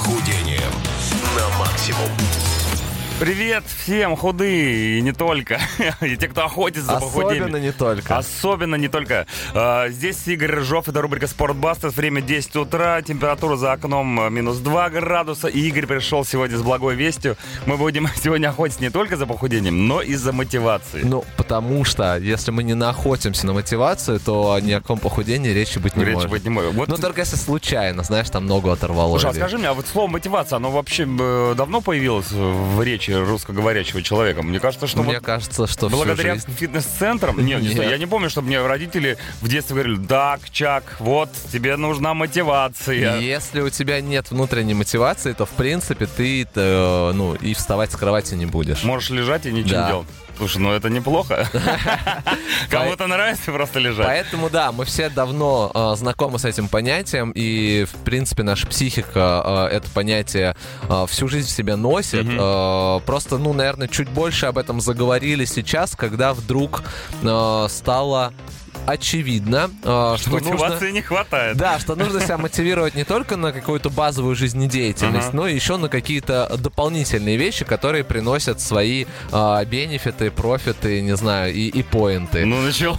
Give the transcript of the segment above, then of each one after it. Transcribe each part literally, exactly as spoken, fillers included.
похудением на максимум. Привет всем худые, и не только. И те, кто охотится за похудением. Особенно не только. Особенно не только. А, здесь Игорь Рыжов, это рубрика «Спортбастер». Время десять утра, температура за окном минус два градуса. И Игорь пришел сегодня с благой вестью. Мы будем сегодня охотиться не только за похудением, но и за мотивацией. Ну, потому что, если мы не наохотимся на мотивацию, то ни о каком похудении речи быть не Речи может. быть не может. Вот... Ну, только если случайно, знаешь, там ногу оторвало. Слушай, а или... скажи мне, а вот слово «мотивация», оно вообще э, давно появилось в речи русскоговорящего человека? Мне кажется, что Мне вот кажется, что благодаря всю жизнь... фитнес-центрам... Нет, Нет. я не помню, чтобы мне родители в детстве говорили: так, Чак, вот, тебе нужна мотивация. Если у тебя нет внутренней мотивации, то, в принципе, ты э, ну, и вставать с кровати не будешь. Можешь лежать и ничего Да. не делать. Слушай, ну это неплохо. Кому-то нравится просто лежать. Поэтому, да, мы все давно э, знакомы с этим понятием, и, в принципе, наша психика э, это понятие э, всю жизнь в себе носит. Э, просто, ну, наверное, чуть больше об этом заговорили сейчас, когда вдруг э, стало очевидно, э, что Мотивации нужно... не хватает. Да, что нужно себя мотивировать не только на какую-то базовую жизнедеятельность, Ага. но и еще на какие-то дополнительные вещи, которые приносят свои э, бенефиты, профиты, не знаю, и, и поинты. Ну, начал.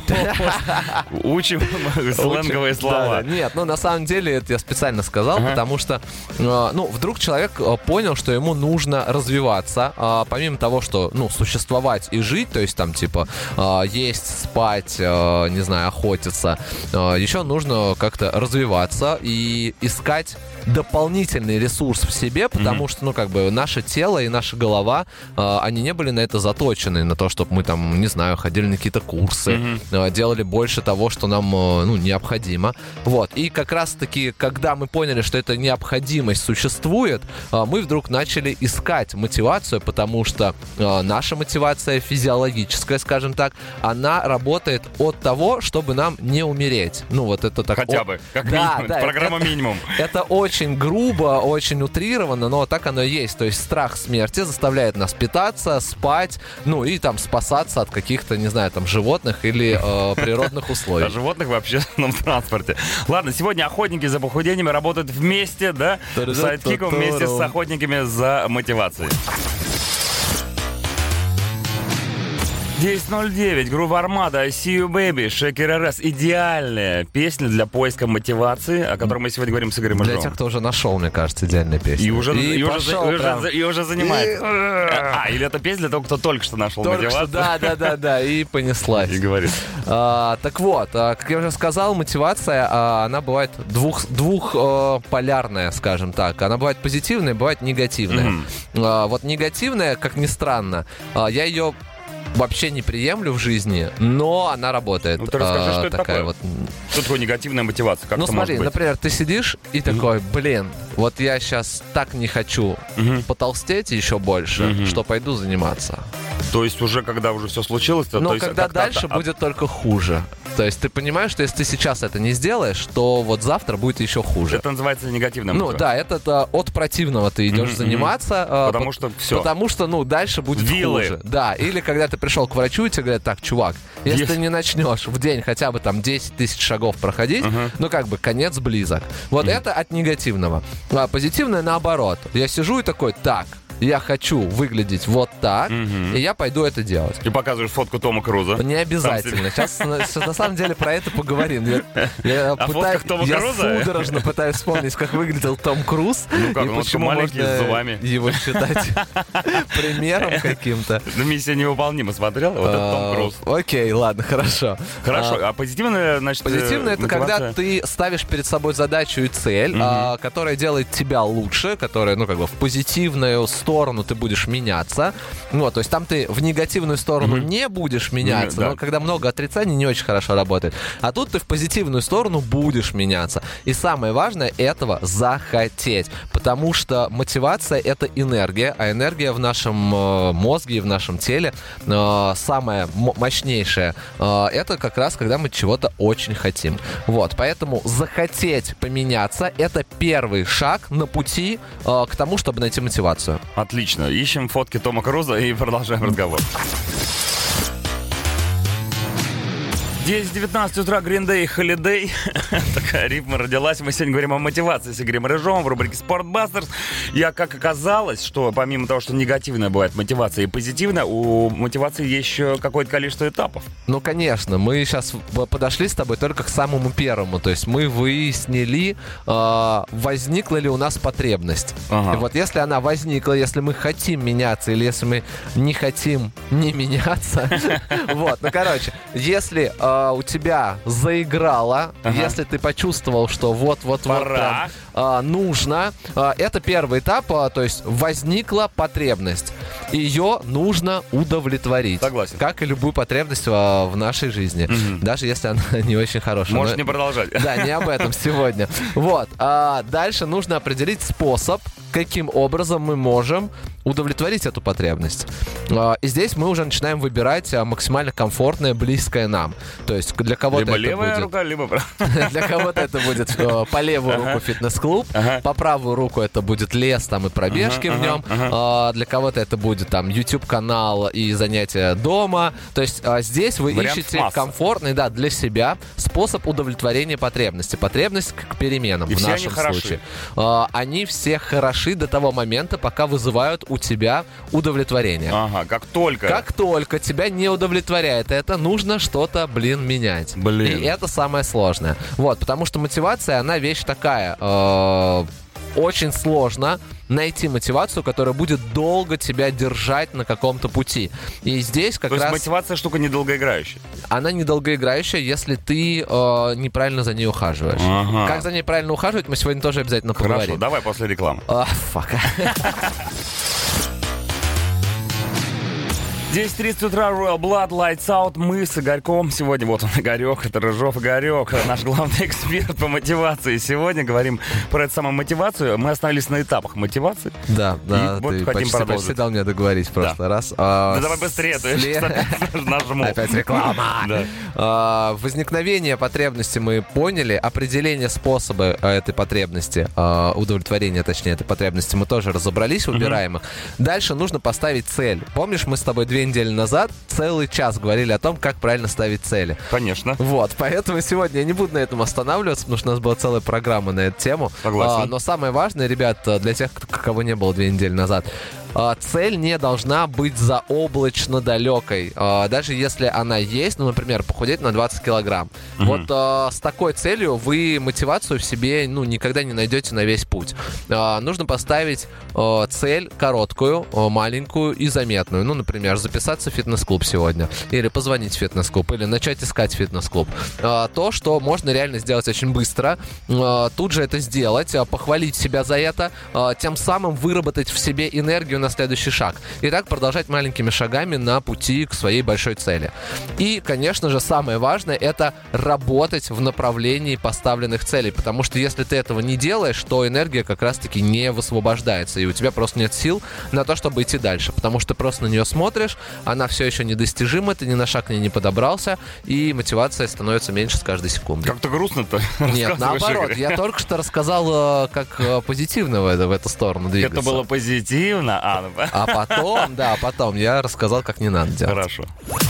Учим сленговые Очень- слова. да, да. Нет, ну на самом деле это я специально сказал, Ага. потому что, э, ну, вдруг человек э, понял, что ему нужно развиваться, а, помимо того, что, ну, существовать и жить, то есть там типа э, есть, спать, э, не знаю, охотиться, э, еще нужно как-то развиваться и искать дополнительный ресурс в себе, потому что, ну, как бы, наше тело и наша голова, э, они не были на это заточены, на то, чтобы мы там, не знаю, ходили на какие-то курсы, э, делали больше того, что нам, э, ну, необходимо. Вот. И как раз-таки, когда мы поняли, что эта необходимость существует, э, мы вдруг начали искать мотивацию, потому что э, наша мотивация физиологическая, скажем так, она работает от того, чтобы нам не умереть. Ну, вот это так... Хотя о- бы, как Да, минимум. да, Программа это- минимум. Это очень грубо, очень утрированно, но так оно и есть. То есть страх смерти заставляет нас питаться, спать, ну и там спасаться от каких-то, не знаю, там животных или э, природных условий. О животных в общественном транспорте. Ладно, сегодня охотники за похудением работают вместе, да? С Сайдкиком вместе с охотниками за мотивацией. десять ноль девять, группа Армада, I See You Baby, Shaker эр эс. Идеальная песня для поиска мотивации, о которой мы сегодня говорим с Игорем Для Рыжовым. тех, кто уже нашел, мне кажется, идеальная песня. И уже, и, уже, пошел за- и уже прям. за- и уже занимается. А, или это песня для того, кто только что нашел Только мотивацию. что, да, да, да, да, и понеслась. И говорит. А, так вот, а, как я уже сказал, мотивация, а, она бывает двух, двух э, полярная, скажем так. Она бывает позитивная, бывает негативная. Мгм. А, вот негативная, как ни странно, а, я ее вообще не приемлю в жизни, но она работает. Ну, ты расскажи, А, что это такая такое? вот. Что такое негативная мотивация? Как Ну это смотри, может быть? например, ты сидишь и такой, блин, вот я сейчас так не хочу Мгм. потолстеть еще больше, Мгм. что пойду заниматься. То есть уже когда уже все случилось, то, Но то есть когда как-то дальше от- будет только хуже. То есть ты понимаешь, что если ты сейчас это не сделаешь, то вот завтра будет еще хуже. Это называется негативная Ну мотивация. да, это а, от противного ты идешь Мгм, заниматься. а, Потому по- что всё. Потому что, ну, дальше будет Вилы. хуже. Да, или когда ты пришел к врачу, и тебе говорят: так, чувак, если Есть. ты не начнешь в день хотя бы там десять тысяч шагов проходить, Ага. ну как бы конец близок. Вот это от негативного. А позитивное наоборот. Я сижу и такой: так, я хочу выглядеть вот так, Мгм. и я пойду это делать. Ты показываешь фотку Тома Круза. Не обязательно. Сейчас, на сейчас на самом деле про это поговорим. Я, я, О пыта- фотках Тома я Круза? судорожно пытаюсь вспомнить, как выглядел Том Круз. Ну как, и он почему маленький, можно с зубами. его считать примером каким-то. Ну, «Миссия невыполнима» смотрел? Вот это Том А, Круз. Окей, ладно, хорошо. Хорошо, А, а позитивная, значит, Позитивно э, это когда мотивация? ты ставишь перед собой задачу и цель, а, которая делает тебя лучше, которая, ну, как бы в позитивную сторону ты будешь меняться. Ну, то есть там ты в негативную сторону Мгм. не будешь меняться, Да. но когда много отрицаний, не очень хорошо работает. А тут ты в позитивную сторону будешь меняться. И самое важное — этого захотеть. Потому что мотивация — это энергия, а энергия в нашем э, мозге и в нашем теле э, самая м- мощнейшая. Э, это как раз когда мы чего-то очень хотим. Вот, поэтому захотеть поменяться — это первый шаг на пути э, к тому, чтобы найти мотивацию. Отлично. Ищем фотки Тома Круза и продолжаем разговор. десять девятнадцать утра, Green Day, Holiday. Такая рифма родилась. Мы сегодня говорим о мотивации с Игорем Рыжовым в рубрике Sportbusters. Я, как оказалось, что помимо того, что негативная бывает мотивация и позитивная, у мотивации есть еще какое-то количество этапов. Ну, конечно. Мы сейчас подошли с тобой только к самому первому. То есть мы выяснили, э, возникла ли у нас потребность. Ага. И вот если она возникла, если мы хотим меняться или если мы не хотим не меняться. Вот, ну, короче, если у тебя заиграло, ага. если ты почувствовал, что вот-вот-вот прям а, нужно, а, это первый этап, а, то есть возникла потребность. Ее нужно удовлетворить. Согласен. Как и любую потребность а, в нашей жизни, угу. даже если она не очень хорошая. Можешь Но... не продолжать. Да, не об этом сегодня. Вот, а дальше нужно определить способ, каким образом мы можем удовлетворить эту потребность. И здесь мы уже начинаем выбирать максимально комфортное, близкое нам. То есть для кого-то либо это левая будет... рука, либо правая. Для кого-то это будет по левую руку фитнес-клуб, по правую руку это будет лес там и пробежки в нем. Для кого-то это будет там YouTube-канал и занятия дома. То есть здесь вы ищете комфортный, да, для себя способ удовлетворения потребности. Потребность к переменам в нашем случае. Они все хороши до того момента, пока вызывают у тебя удовлетворение. Ага, как только. Как только тебя не удовлетворяет это, нужно что-то, блин, менять. Блин. И это самое сложное. Вот, потому что мотивация, она вещь такая. Э- очень сложно найти мотивацию, которая будет долго тебя держать на каком-то пути. И здесь как То раз... есть мотивация штука недолгоиграющая? Она недолгоиграющая, если ты э, неправильно за ней ухаживаешь. Ага. Как за ней правильно ухаживать, мы сегодня тоже обязательно поговорим. Хорошо, давай после рекламы. А, фак. десять тридцать утра, Royal Blood, Lights Out. Мы с Игорьком. Сегодня вот он, Игорек, это Рыжов Игорек, наш главный эксперт по мотивации. Сегодня говорим про эту самую мотивацию. Мы остановились на этапах мотивации. Да, да, и вот ты хотим почти, продолжить. почти дал мне договорить в прошлый да. раз. А, да давай быстрее, то есть нажму. Опять реклама. Да. А, возникновение потребности мы поняли, определение способа этой потребности, а, удовлетворения, точнее, этой потребности мы тоже разобрались, выбираем их. Дальше нужно поставить цель. Помнишь, мы с тобой две недели назад целый час говорили о том, как правильно ставить цели. Конечно. Вот, поэтому сегодня я не буду на этом останавливаться, потому что у нас была целая программа на эту тему. Согласен. А, но самое важное, ребят, для тех, кого не было две недели назад, цель не должна быть заоблачно далекой. Даже если она есть, ну, например, похудеть на двадцать килограмм. Mm-hmm. Вот а, с такой целью вы мотивацию в себе, ну, никогда не найдете на весь путь. А, нужно поставить а, цель короткую, а, маленькую и заметную. Ну, например, записаться в фитнес-клуб сегодня. Или позвонить в фитнес-клуб. Или начать искать фитнес-клуб. А, то, что можно реально сделать очень быстро. А, тут же это сделать. А, похвалить себя за это. А, тем самым выработать в себе энергию на следующий шаг. И так продолжать маленькими шагами на пути к своей большой цели. И, конечно же, самое важное — это работать в направлении поставленных целей. Потому что если ты этого не делаешь, то энергия как раз-таки не высвобождается. И у тебя просто нет сил на то, чтобы идти дальше. Потому что ты просто на нее смотришь, она все еще недостижима, ты ни на шаг к ней не подобрался, и мотивация становится меньше с каждой секундой. Как-то грустно-то. Нет, наоборот. Игорь. Я только что рассказал как позитивно в, это, в эту сторону двигаться. Это было позитивно, а А потом, да, потом я рассказал, как не надо делать. Хорошо.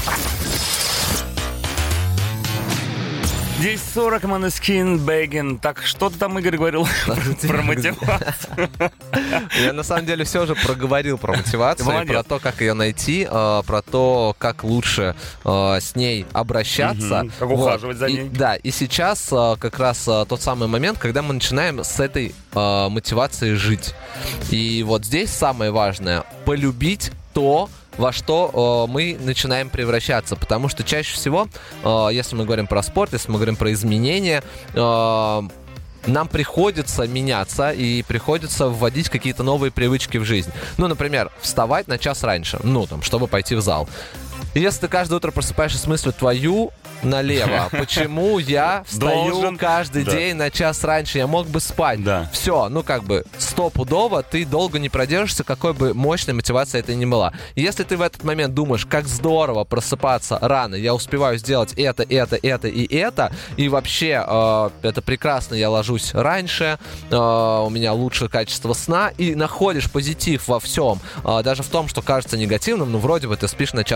десять сорок, Måneskin, Beggin. Так, что ты там, Игорь, говорил про мотивацию? Я, на самом деле, все же проговорил про мотивацию, про то, как ее найти, про то, как лучше с ней обращаться. Как ухаживать за ней. Да, и сейчас как раз тот самый момент, когда мы начинаем с этой мотивацией жить. И вот здесь самое важное — полюбить то, во что э, мы начинаем превращаться. Потому что чаще всего, э, если мы говорим про спорт, если мы говорим про изменения, э, нам приходится меняться и приходится вводить какие-то новые привычки в жизнь. Ну, например, вставать на час раньше, ну, там, чтобы пойти в зал. И если ты каждое утро просыпаешься с мыслью твою налево, почему я встаю Должен. каждый да. день на час раньше, я мог бы спать. Да. Все, ну как бы стопудово ты долго не продержишься, какой бы мощной мотивация это ни была. И если ты в этот момент думаешь, как здорово просыпаться рано, я успеваю сделать это, это, это и это, и вообще э, это прекрасно, я ложусь раньше, э, у меня лучшее качество сна, и находишь позитив во всем, э, даже в том, что кажется негативным, ну вроде бы ты спишь на час меньше,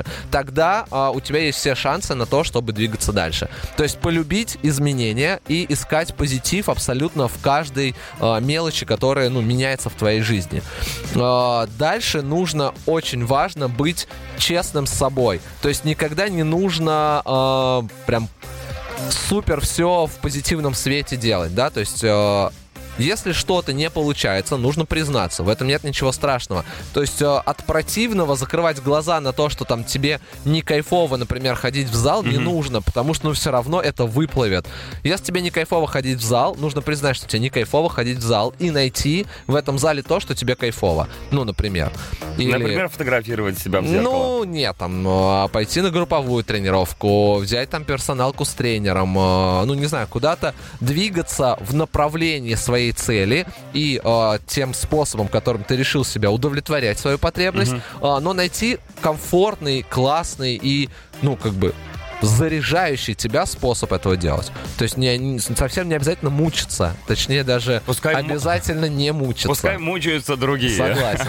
тогда а, у тебя есть все шансы на то, чтобы двигаться дальше. То есть полюбить изменения и искать позитив абсолютно в каждой а, мелочи, которая, ну, меняется в твоей жизни. А, дальше нужно, очень важно, быть честным с собой. То есть никогда не нужно а, прям супер все в позитивном свете делать, да, то есть э, если что-то не получается, нужно признаться, в этом нет ничего страшного. То есть э, от противного закрывать глаза на то, что там тебе не кайфово, например, ходить в зал, mm-hmm. не нужно, потому что, ну, все равно это выплывет. Если тебе не кайфово ходить в зал, нужно признать, что тебе не кайфово ходить в зал и найти в этом зале то, что тебе кайфово. Ну, например. Или... Например, фотографировать себя в зеркало. Ну, нет, там, э, пойти на групповую тренировку, взять там персоналку с тренером, э, ну, не знаю, куда-то двигаться в направлении своей цели и э, тем способом, которым ты решил себя удовлетворять свою потребность, uh-huh. э, но найти комфортный, классный и, ну, как бы, заряжающий тебя способ этого делать. То есть не, не, совсем не обязательно мучиться. Точнее, даже пускай обязательно му... не мучиться. Пускай мучаются другие. Согласен.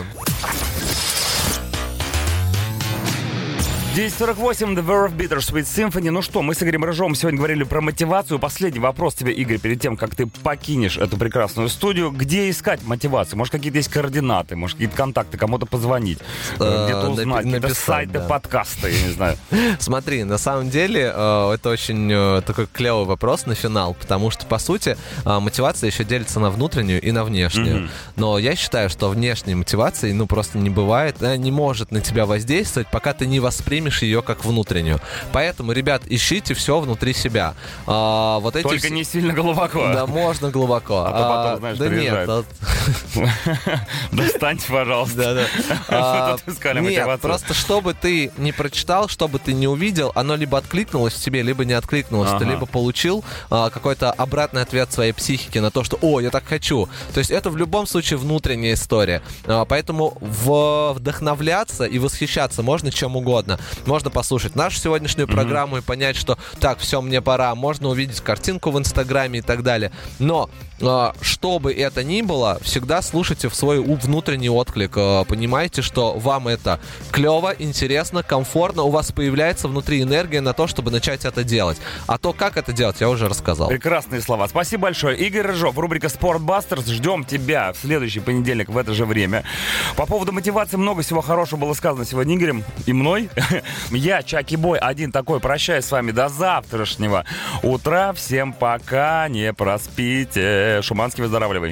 десять сорок восемь, The Verve Bittersweet Symphony. Ну что, мы с Игорем Рыжовым сегодня говорили про мотивацию. Последний вопрос тебе, Игорь, перед тем, как ты покинешь эту прекрасную студию. Где искать мотивацию? Может, какие-то есть координаты, может, какие-то контакты, кому-то позвонить, где-то узнать, какие-то сайты, подкасты, я не знаю. Смотри, на самом деле, это очень такой клевый вопрос на финал, потому что, по сути, мотивация еще делится на внутреннюю и на внешнюю. Но я считаю, что внешней мотивации, ну, просто не бывает, она не может на тебя воздействовать, пока ты не воспримешь ее как внутреннюю. Поэтому, ребят, ищите все внутри себя. А, вот эти Только все... не сильно глубоко. Да, можно глубоко. А, а то потом, знаешь, да нет. А... Достаньте, пожалуйста. Да, да. Что тут искали мотивацию? Нет, просто чтобы ты не прочитал, чтобы ты не увидел, оно либо откликнулось в тебе, либо не откликнулось. Ага. Ты либо получил а, какой-то обратный ответ своей психики на то, что «О, я так хочу». То есть это в любом случае внутренняя история. А, поэтому в... вдохновляться и восхищаться можно чем угодно. Можно послушать нашу сегодняшнюю mm-hmm. программу и понять, что так, все, мне пора. Можно увидеть картинку в Инстаграме и так далее. Но э, что бы это ни было, всегда слушайте в свой внутренний отклик. Э, понимаете, что вам это клево, интересно, комфортно. У вас появляется внутри энергия на то, чтобы начать это делать. А то, как это делать, я уже рассказал. Прекрасные слова. Спасибо большое. Игорь Рыжов, рубрика «Спортбастерс». Ждем тебя в следующий понедельник в это же время. По поводу мотивации много всего хорошего было сказано сегодня Игорем и мной. Я, Чаки Бой, один такой. Прощаюсь с вами до завтрашнего утра. Всем пока, не проспите. Шуманский, выздоравливай.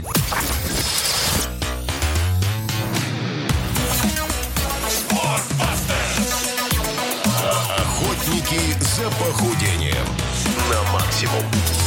Охотники за похудением на максимум.